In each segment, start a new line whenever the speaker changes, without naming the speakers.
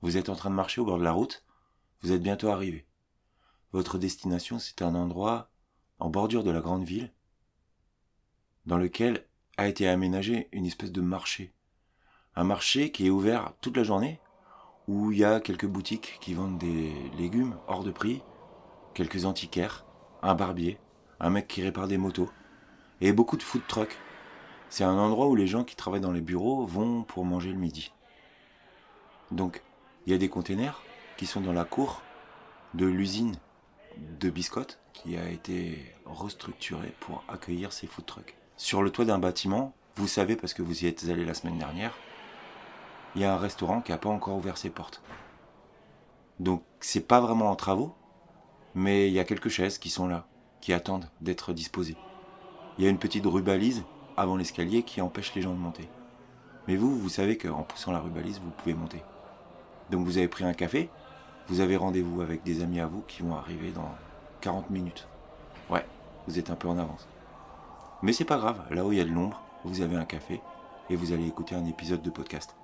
Vous êtes en train de marcher au bord de la route, vous êtes bientôt arrivé. Votre destination, c'est un endroit en bordure de la grande ville, dans lequel a été aménagé une espèce de marché. Un marché qui est ouvert toute la journée, où il y a quelques boutiques qui vendent des légumes hors de prix, quelques antiquaires, un barbier, un mec qui répare des motos, et beaucoup de food trucks. C'est un endroit où les gens qui travaillent dans les bureaux vont pour manger le midi. Donc, il y a des containers qui sont dans la cour de l'usine de biscottes qui a été restructurée pour accueillir ces food trucks. Sur le toit d'un bâtiment, vous savez parce que vous y êtes allé la semaine dernière, il y a un restaurant qui n'a pas encore ouvert ses portes. Donc, c'est pas vraiment en travaux, mais il y a quelques chaises qui sont là, qui attendent d'être disposées. Il y a une petite rubalise avant l'escalier qui empêche les gens de monter. Mais vous savez qu'en poussant la rubalise, vous pouvez monter. Donc vous avez pris un café, vous avez rendez-vous avec des amis à vous qui vont arriver dans 40 minutes. Ouais, vous êtes un peu en avance. Mais c'est pas grave, là où il y a de l'ombre, vous avez un café et vous allez écouter un épisode de podcast.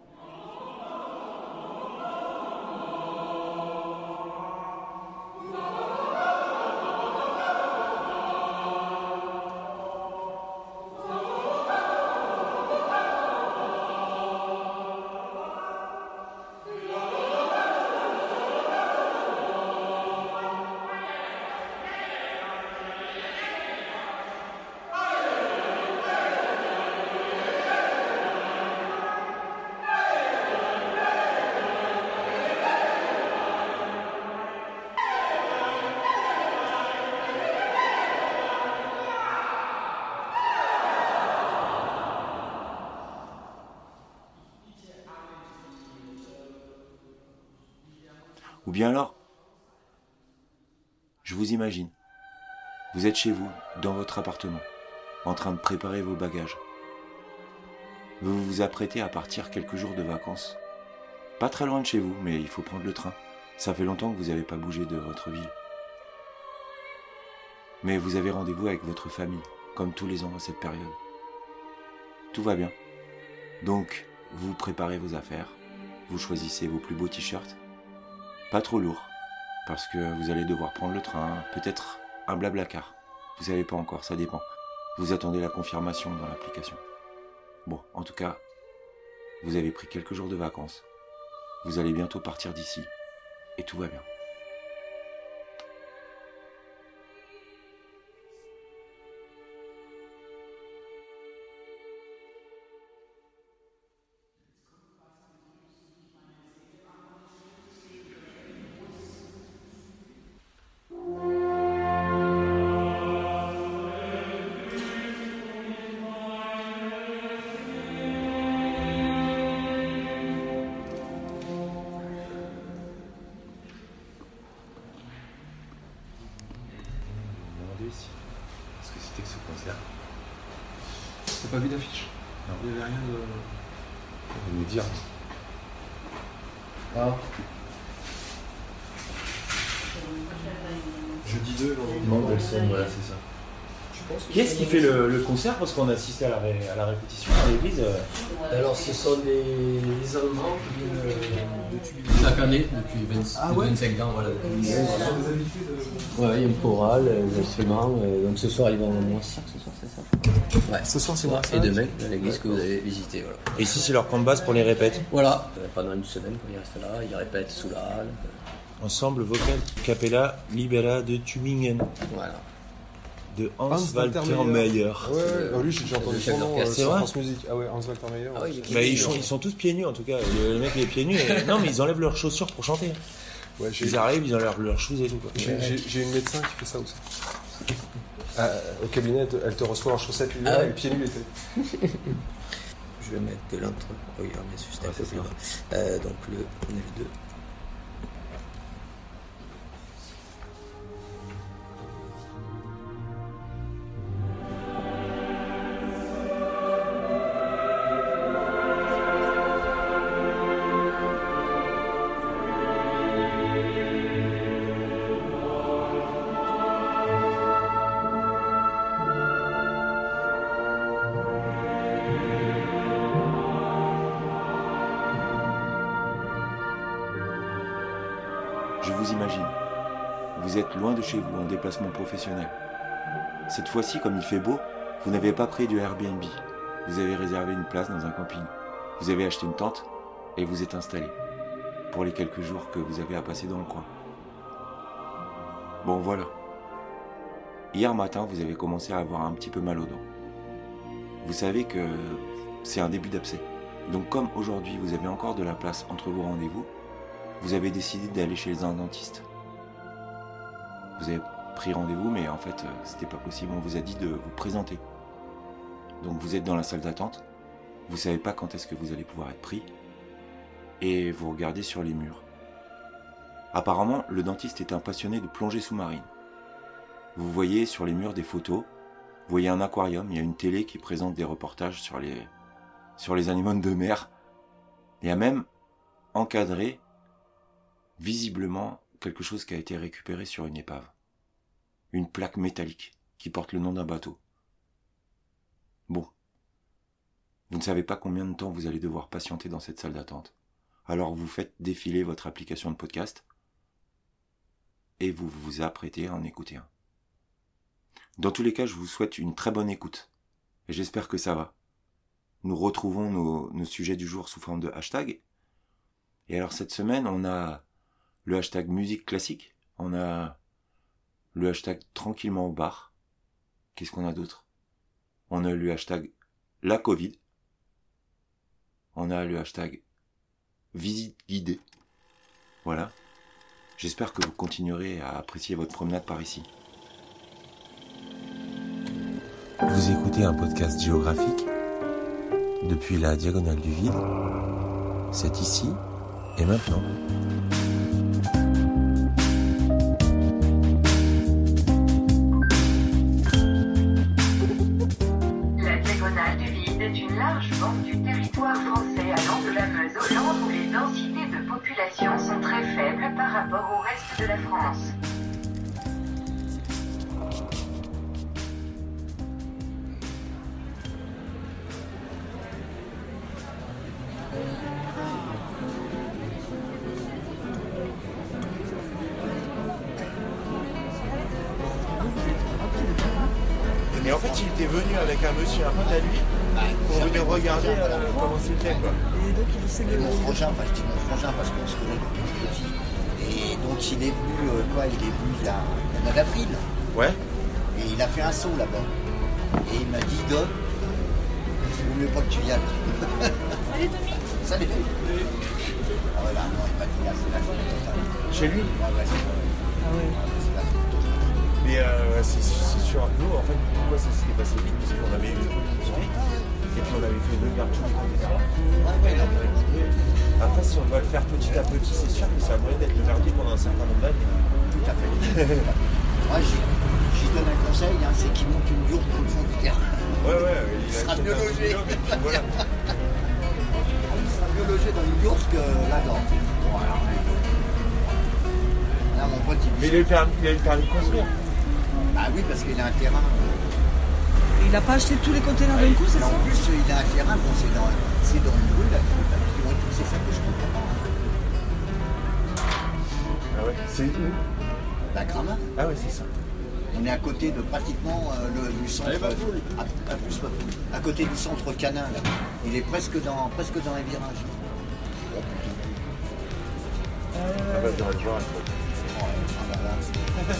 Ou bien alors, je vous imagine, vous êtes chez vous, dans votre appartement, en train de préparer vos bagages. Vous vous apprêtez à partir quelques jours de vacances. Pas très loin de chez vous, mais il faut prendre le train. Ça fait longtemps que vous n'avez pas bougé de votre ville. Mais vous avez rendez-vous avec votre famille, comme tous les ans à cette période. Tout va bien. Donc, vous préparez vos affaires, vous choisissez vos plus beaux t-shirts. Pas trop lourd, parce que vous allez devoir prendre le train, peut-être un blablacar. Vous savez pas encore, ça dépend. Vous attendez la confirmation dans l'application. Bon, en tout cas, vous avez pris quelques jours de vacances. Vous allez bientôt partir d'ici, et tout va bien. Qu'est-ce que c'était que ce concert?
T'as pas vu d'affiche?
Non.
Il n'y avait rien de...
Vous me dire.
Ah. Jeudi 2,
Mendelssohn, voilà, c'est ça.
Tu penses que
Qui est-ce qui fait le concert? Parce qu'on a assisté à la répétition à l'église.
Alors, ce sont les Allemands qui viennent de Tubingen.
Chaque année, depuis 25 ans, voilà.
Ils ont il y a une chorale, des instruments. Donc ce soir, ils vont au Moissard, ce soir, c'est ça?
Ouais.
Ce soir, c'est Moissard.
Et demain, dans l'église que vous avez visitée, voilà.
Et ici, c'est leur camp de base pour les répètes.
Voilà. Pendant une semaine, ils restent là, ils répètent sous la halle.
Ensemble vocal Capella Libera de Tübingen.
Voilà.
De Hans-Walter Meyer.
Ouais, lui j'ai déjà entendu son nom
C'est
sur
vrai
France Musique. Ah ouais, Hans-Walter Meyer.
Ah oui,
Mais ils sont tous pieds nus en tout cas. Le mec il est pieds nus. Non mais ils enlèvent leurs chaussures pour chanter.
Ouais,
Ils arrivent, ils enlèvent leurs shoes et tout quoi.
J'ai une médecin qui fait ça aussi. Au cabinet, elle te reçoit en chaussettes l'hiver
Ah ouais.
et pieds nus l'été.
Je vais mettre de l'entre. Oui, bien sûr, c'était un peu plus bas. Donc, on est le 2.
Je vous imagine. Vous êtes loin de chez vous en déplacement professionnel. Cette fois-ci, comme il fait beau, vous n'avez pas pris du Airbnb. Vous avez réservé une place dans un camping. Vous avez acheté une tente et vous êtes installé pour les quelques jours que vous avez à passer dans le coin. Bon, voilà. Hier matin, vous avez commencé à avoir un petit peu mal aux dents. Vous savez que c'est un début d'abcès. Donc comme aujourd'hui, vous avez encore de la place entre vos rendez-vous, vous avez décidé d'aller chez un dentiste. Vous avez pris rendez-vous, mais en fait, c'était pas possible. On vous a dit de vous présenter. Donc vous êtes dans la salle d'attente, vous savez pas quand est-ce que vous allez pouvoir être pris, et vous regardez sur les murs. Apparemment, le dentiste est un passionné de plongée sous-marine. Vous voyez sur les murs des photos, vous voyez un aquarium, il y a une télé qui présente des reportages sur les animaux de mer. Il y a même encadré, visiblement, quelque chose qui a été récupéré sur une épave. Une plaque métallique qui porte le nom d'un bateau. Bon. Vous ne savez pas combien de temps vous allez devoir patienter dans cette salle d'attente. Alors vous faites défiler votre application de podcast et vous vous apprêtez à en écouter un. Dans tous les cas, je vous souhaite une très bonne écoute. Et j'espère que ça va. Nous retrouvons nos sujets du jour sous forme de hashtag. Et alors cette semaine, on a le hashtag musique classique. On a le hashtag tranquillement au bar. Qu'est-ce qu'on a d'autre ? On a le hashtag la Covid. On a le hashtag visite guidée. Voilà. J'espère que vous continuerez à apprécier votre promenade par ici. Vous écoutez un podcast géographique depuis la diagonale du vide. C'est ici et maintenant.
La diagonale du vide est une large bande du territoire français allant de la Meuse au Land où les densités de population sont très faibles par rapport au reste de la France.
Et en fait, il était venu avec un monsieur, un pote à lui, pour venir regarder comment c'était, quoi.
Et donc il s'est
Mon frangin, enfin je dis mon frangin parce qu'on se connaît depuis petit. Et donc il est venu, il est venu il y a le mois d'avril.
Ouais.
Et il a fait un saut là-bas. Et il m'a dit, Dom, il vaut mieux pas que tu y ailles.
Salut Tommy.
Salut. Ah voilà, non, il m'a dit là, c'est la journée totale.
Chez lui.
Ouais, c'est vrai.
Ah ouais.
C'est la journée totale.
Mais c'est sûr, nous, en fait, pourquoi ça s'était passé vite ? Parce qu'on avait eu le Covid tout de suite, et puis on avait fait 2 cartons de soir.
Ouais, non,
Après, si on doit le faire petit à petit, c'est sûr que ça a moyen d'être le merdier pendant un certain nombre d'années.
tout à fait. Moi, j'y donne un conseil, hein, c'est qu'il monte une yourte pour le fond du terrain.
Ouais,
Il sera mieux logé.
Voilà.
Il sera mieux logé dans une yourte que là-dedans. Voilà. Là, mon pote,
Mais il a eu le permis de construire.
Bah oui, parce qu'il a un terrain.
Il a pas acheté tous les containers d'un coup, c'est
Mais
ça?
en plus, il a un terrain, bon, c'est dans une rue, là, qui vont être c'est ça que je comprends pas.
Ah ouais. C'est où ?
La Gramat.
Ah ouais, c'est ça.
On est à côté de pratiquement du centre. À côté du centre canin, là. Il est presque dans les virages.
Ah bah, j'irai le voir une fois.
Ah bah là.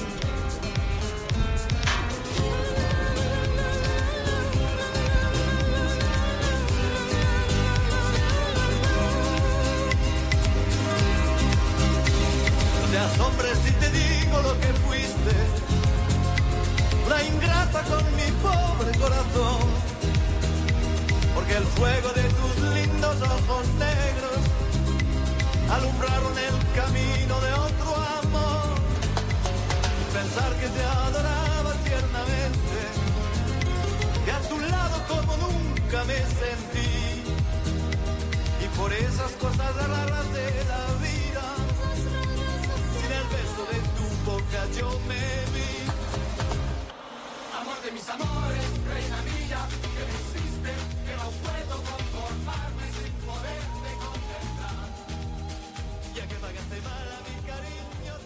te asombres si te digo lo que fuiste, una ingrata con mi pobre corazón, porque el fuego de tus lindos ojos negros alumbraron el camino de otro amor, y pensar que te adoraba tiernamente, que a tu lado como nunca me sentí, y por esas cosas raras de la vida, el beso de tu boca yo me vi. Amor de mis amores, reina mía, que me hiciste, que no puedo conformarme sin poderte contemplar. Ya que pagaste mal a mi cariño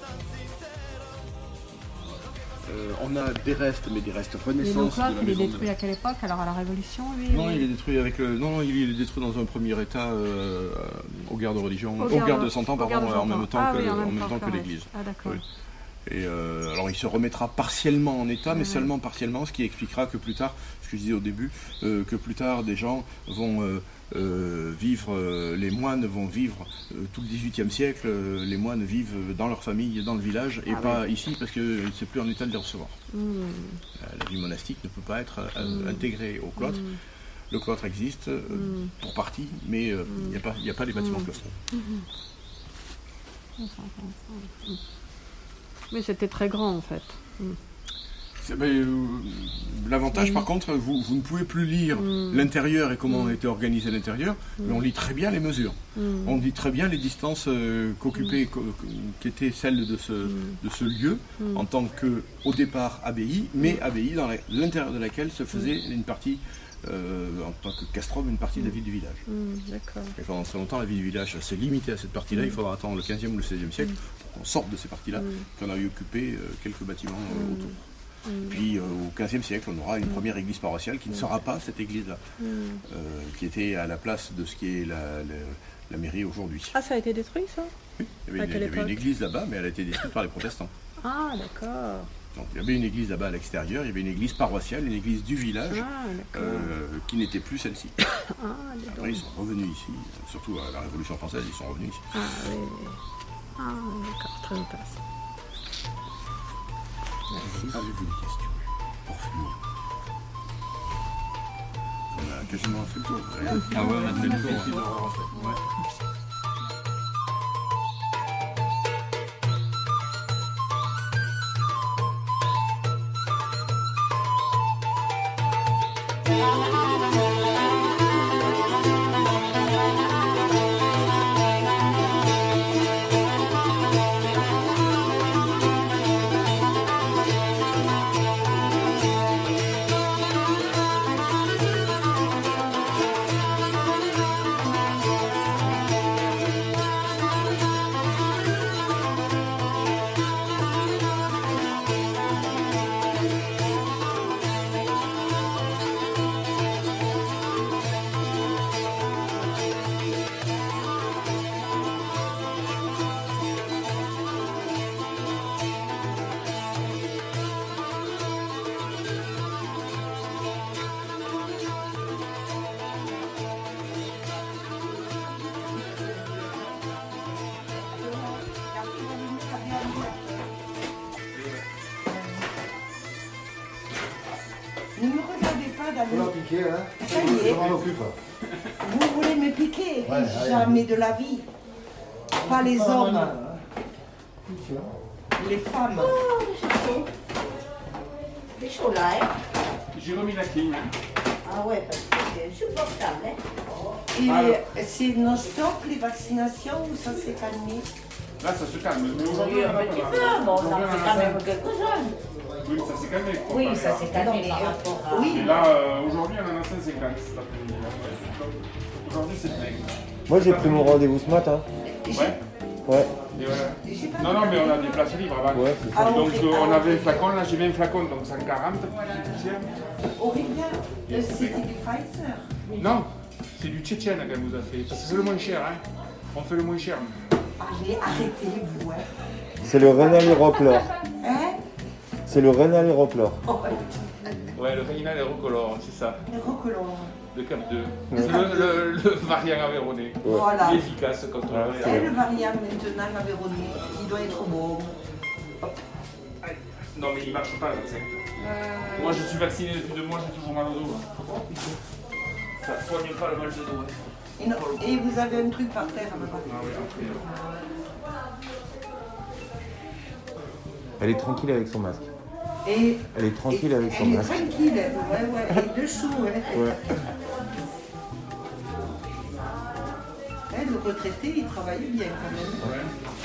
On a des restes, mais des restes renaissance.
Et donc là,
de la
il est
maison
détruit à quelle époque? Alors à la Révolution, lui?
Non, il est détruit avec le. Non, il est détruit dans un premier état aux guerres de religion, aux guerres de 100 ans, pardon, en même temps que l'Église.
Ah d'accord.
Oui. Et alors il se remettra partiellement en état, mais seulement partiellement, ce qui expliquera que plus tard, ce que je disais au début, que plus tard des gens vont vivre, les moines vont vivre tout le XVIIIe siècle, les moines vivent dans leur famille, dans le village, et pas ici, parce qu'il ne s'est plus en état de les recevoir. La vie monastique ne peut pas être intégrée au cloître. Le cloître existe pour partie, mais il n'y a pas les bâtiments claustraux.
Mais c'était très grand en fait.
L'avantage par contre, vous ne pouvez plus lire l'intérieur et comment était organisé l'intérieur, mais on lit très bien les mesures. On lit très bien les distances qu'occupaient, qu'étaient celles de ce lieu, en tant que, au départ, abbaye, mais abbaye dans l'intérieur de laquelle se faisait une partie, en tant que castrum, une partie de la ville du village.
D'accord.
Et pendant très longtemps, la ville du village s'est limitée à cette partie-là. Il faudra attendre le 15e ou le 16e siècle pour qu'on sorte de ces parties-là, qu'on a eu occupé quelques bâtiments autour. Puis au XVe siècle, on aura une première église paroissiale qui ne sera pas cette église-là, qui était à la place de ce qui est la mairie aujourd'hui.
Ah, ça a été détruit ça?
Oui, il y avait une église là-bas, mais elle a été détruite par les protestants.
Ah, d'accord.
Donc il y avait une église là-bas à l'extérieur, il y avait une église paroissiale, une église du village, qui n'était plus celle-ci. Après ils sont revenus ici, surtout à la Révolution française, ils sont revenus ici.
Ah oui, oui. Ah d'accord, très intéressant. Merci.
Avez-vous des questions pour finir? On a quasiment fait le tour.
Ah ouais, on a fait le tour. Ouais.
Ne me regardez pas
Faut la
d'aller.
piquer, hein.
Ça y est.
Je m'en occupe.
Vous voulez me piquer?
Ouais,
Jamais de la vie. Pas les hommes. Les femmes.
Oh, c'est chaud. C'est chaud là, hein?
J'ai remis la clim.
Ah ouais, parce que c'est insupportable, hein?
Et c'est non-stop les vaccinations ou ça s'est calmé?
Là, ça se calme. Mais
Oui,
aujourd'hui,
un petit peu, bon, on en fait quand même quelques-uns.
Oui, ça s'est calmé.
Oui, ça s'est calmé par rapport à...
Oui.
Et là, aujourd'hui, on en a 150 cet après-midi. Aujourd'hui, c'est plein.
Moi j'ai pris mon rendez-vous ce matin.
Ouais.
Ouais.
Et voilà. Non, non, mais on a des places libres avant.
Ouais, c'est ça.
Donc on avait un flacon, là j'ai 20 flacons, donc 140.
Aurélien, c'était du Pfizer.
Non, c'est du Tchétchène qu'elle vous a fait. Parce que c'est le moins cher, hein. On fait le moins cher.
Allez, arrêtez-vous, hein.
C'est le Rénal Aéroplore.
Hein?
C'est le Rénal Aéroplore.
Oh,
Ouais, le Rénal Aérocolor, c'est ça.
recolore.
Le Cap 2. C'est le variant aveyronais.
Voilà.
Il est efficace contre le
Et
variant.
le variant maintenant aveyronais, il doit être bon.
Non, mais il marche pas le vaccin. Moi je suis vacciné depuis 2 mois, j'ai toujours mal au dos. Ça soigne pas le mal de dos.
Et, non, et vous avez un truc par terre là-bas.
Ah oui, après.
Elle est tranquille avec son masque.
Et
Elle est tranquille avec son
elle est
masque.
tranquille, elle, ouais. Et dessous, hein.
Ouais.
Elle, le retraité, il travaillait bien quand même.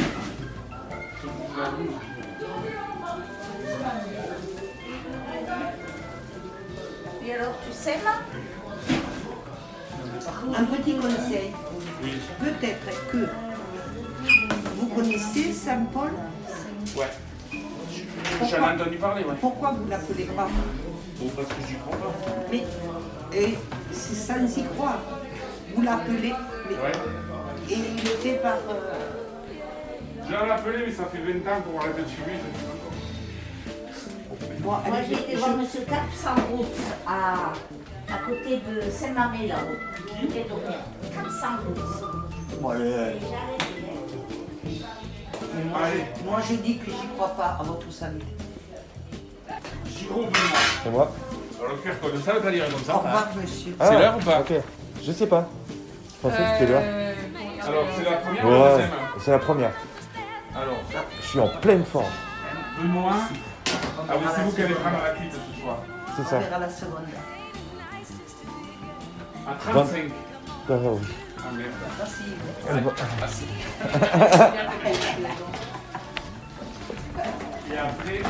Et alors, tu sais là?
Un petit conseil.
Oui.
Peut-être que vous connaissez Saint-Paul.
Ouais. j'en ai entendu parler, ouais.
Pourquoi vous l'appelez pas?
Parce que j'y crois pas.
Mais c'est sans y croire. Vous l'appelez, mais...
Ouais.
Et il le fait par...
Je l'ai appelé, mais ça fait 20 ans pour arrêter de fumer, je sais pas
Moi, j'ai été voir M. Capsandros à côté de Saint-Mamé, là-haut. Qui est dormir. Capsandros.
Bon, allez.
Moi, je dis que j'y crois pas à votre santé.
J'y crois vraiment.
Et moi?
Alors, le QR code, ça veut pas dire comme ça.
Au revoir, monsieur.
C'est l'heure ou pas?
Ok, je sais pas. Je pensais que c'était l'heure.
Alors, c'est la première ou la
Ouais,
deuxième?
c'est la première.
Alors,
Je suis en pleine forme.
de moins. Ah oui, c'est vous qui allez prendre la clip ce soir.
C'est ça.
On verra la seconde.
À 35.
Ah oui.
Ah merde.
Merci.
Et après.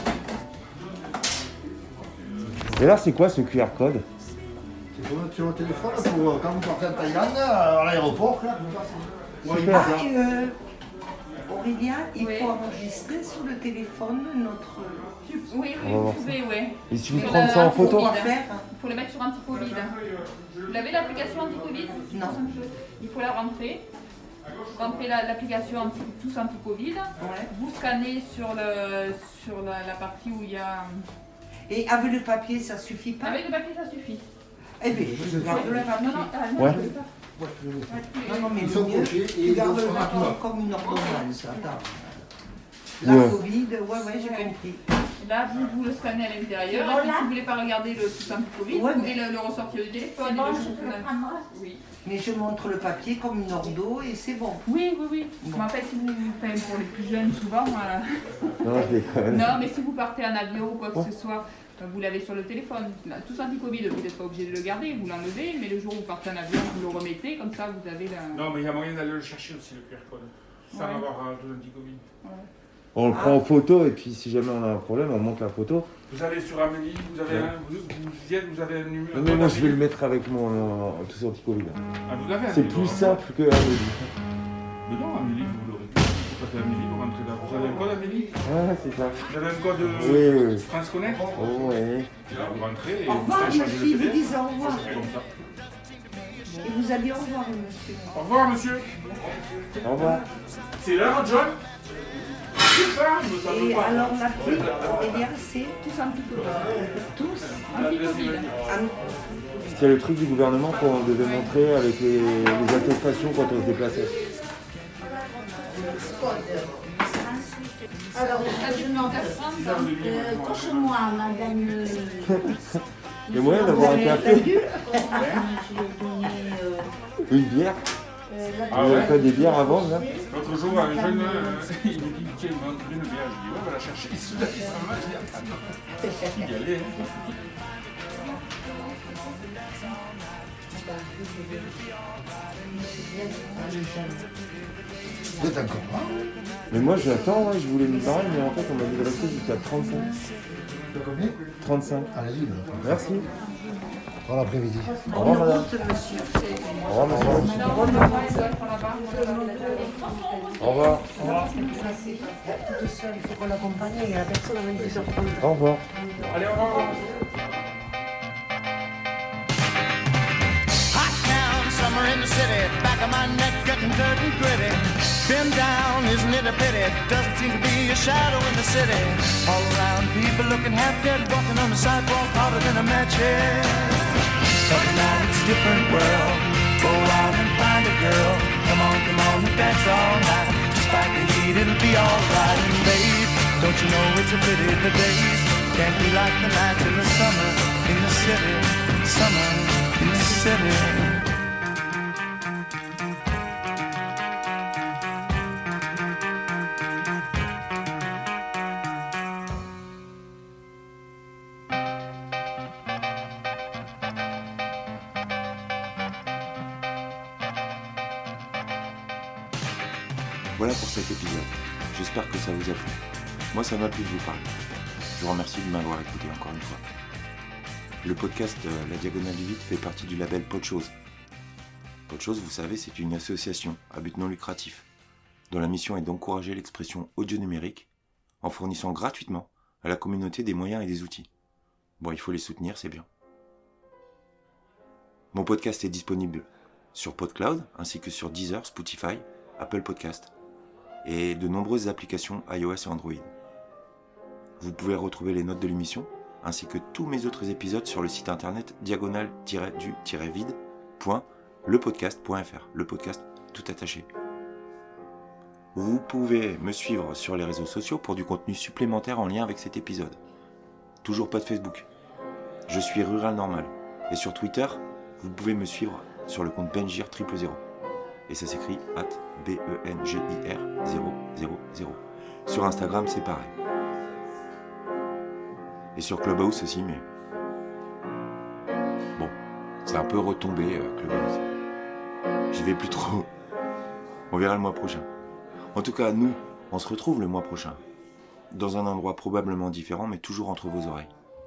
Et là, c'est quoi ce QR code?
C'est pour notre sur le téléphone pour quand vous partez en Thaïlande, à l'aéroport.
Super.
Aurélien, il faut enregistrer sur le téléphone notre...
Oui,
On va voir
vous pouvez, oui.
Il suffit de prendre ça en photo.
Il faut le mettre sur anti-Covid. Vous avez l'application anti-Covid?
Non.
Il faut la rentrer. Rentrez l'application tous anti-Covid. Vous scannez sur la partie où il y a...
Et avec le papier, ça suffit pas?
Avec le papier, ça suffit.
Eh bien, je garde le papier.
Ouais.
Non, mais
Ils
le
sont
mieux,
cochés et
tu
ils
gardes
sont
le papier
maintenant.
comme une ordonnance. Attends. La
Ouais.
Covid, ouais, j'ai compris.
Là, vous le scannez à l'intérieur. Et puis, si vous voulez pas regarder le tout anti-Covid,
Ouais,
vous pouvez le ressortir du téléphone.
Bon,
et le
je peux le prendre.
Oui.
Mais je montre le papier comme une ordo et c'est bon.
Oui. Mais en fait, si vous, pour les plus jeunes, souvent...
Non, je déconne.
Non, mais si vous partez en avion ou quoi que ce soit, vous l'avez sur le téléphone. Tous anti-Covid, vous n'êtes pas obligé de le garder, vous l'enlevez, mais le jour où vous partez en avion, vous le remettez, comme ça vous avez la...
Non, mais il y a moyen d'aller le chercher aussi, le QR code. Sans
Ouais.
avoir tout anti-Covid.
Ouais.
On le prend en photo et puis si jamais on a un problème, on monte la photo.
Vous allez sur Amélie, vous avez
Ouais.
vous avez un numéro.
Non, mais moi je vais le mettre avec mon tout ça anti-Covid.
Ah, vous l'avez,
C'est
Amélie,
plus
bon.
simple que Amélie.
Mais non, Amélie, vous l'aurez plus. Vous passez Amélie, vous rentrez là. Vous avez un code, Amélie?
Ouais, c'est ça.
Vous avez un code
Oui.
France Connect?
Oh, ouais.
Et là, vous rentrez et
Au revoir,
vous téléchargez
monsieur,
le
vous
PDF.
dites au revoir.
Moi, je fais comme ça.
Et vous allez au revoir, monsieur.
Au revoir, monsieur.
Au revoir.
C'est l'heure, John? C'est ça, il me semble
Et
pas.
alors la pluie, Aurélien, c'est
Tous anti-Covid.
tous
Anti-Covid.
C'est le truc du gouvernement qu'on devait montrer avec les attestations quand on se déplaçait.
Alors, je n'en cache pas. Coche-moi, madame.
Il y a moyen d'avoir un café,
Je vais donner.
une bière.
Ah
Il n'y
ouais?
avait pas des bières avant là?
L'autre jour, un jeune, il me dit, tiens, il m'a entendu une bière. Je dis, ouais, va la chercher. Il se lève, il s'en va. Je dis, attends. Il y allait, hein.
Vous êtes encore là?
Mais moi j'attends, ouais, je voulais me barrer, mais en fait on m'a dit de rester jusqu'à 35.
De combien?
35.
Allez-y, là.
Merci.
Bon l'après-midi.
Au revoir madame.
monsieur.
Au revoir monsieur. Au revoir.
Toute seule, il faut qu'on l'accompagne, il y a personne à 22h30.
Au revoir.
Allez, au revoir.
Hot town, summer in the city, back of my neck getting dirt and gritty. Been down, isn't it a pity? Doesn't seem to be a shadow in the city. All around, people looking half dead, walking on the sidewalk harder than a match head. But now it's a different world. Go out and find a girl. Come on, and dance all night. Despite the heat, it'll be alright. And babe, don't you know it's a pity the days can't be like the nights in the summer in the city. Summer in the city.
Voilà pour cet épisode. J'espère que ça vous a plu. Moi, ça m'a plu de vous parler. Je vous remercie de m'avoir écouté encore une fois. Le podcast La Diagonale du Vide fait partie du label Podchose. Podchose, vous savez, c'est une association à but non lucratif, dont la mission est d'encourager l'expression audio numérique en fournissant gratuitement à la communauté des moyens et des outils. Bon, il faut les soutenir, c'est bien. Mon podcast est disponible sur PodCloud, ainsi que sur Deezer, Spotify, Apple Podcast, et de nombreuses applications iOS et Android. Vous pouvez retrouver les notes de l'émission, ainsi que tous mes autres épisodes sur le site internet diagonal-du-vide.lepodcast.fr, le podcast tout attaché. Vous pouvez me suivre sur les réseaux sociaux pour du contenu supplémentaire en lien avec cet épisode. Toujours pas de Facebook. Je suis Rural Normal. Et sur Twitter, vous pouvez me suivre sur le compte Bengir000. Et ça s'écrit @BENGIR000. Sur Instagram, c'est pareil. Et sur Clubhouse aussi, mais... Bon, c'est un peu retombé, Clubhouse. J'y vais plus trop. On verra le mois prochain. En tout cas, nous, on se retrouve le mois prochain. Dans un endroit probablement différent, mais toujours entre vos oreilles.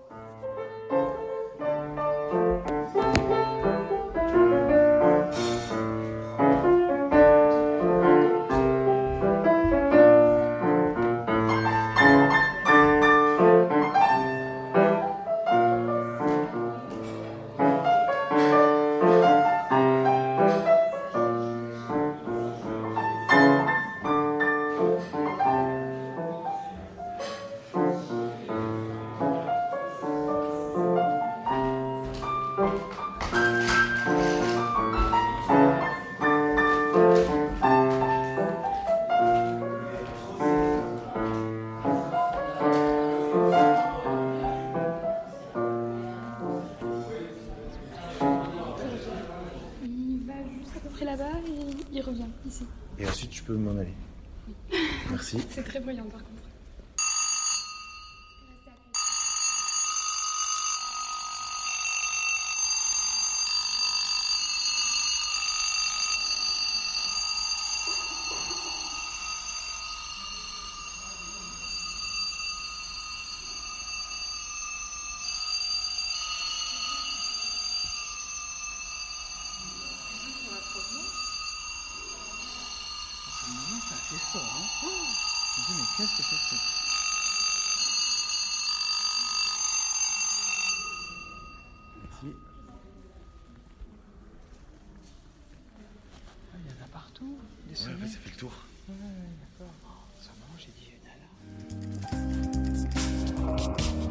Là-bas et il revient ici.
Et ensuite, je peux m'en aller. Merci.
C'est très brillant par contre.
Ça fait ça, hein. Oh, mais qu'est-ce que c'est que ça?
Merci.
Ah, il y en a partout. Des
Ouais, ça fait le tour.
Ouais, d'accord. Oh, ça mange, j'ai dit, il y en a là.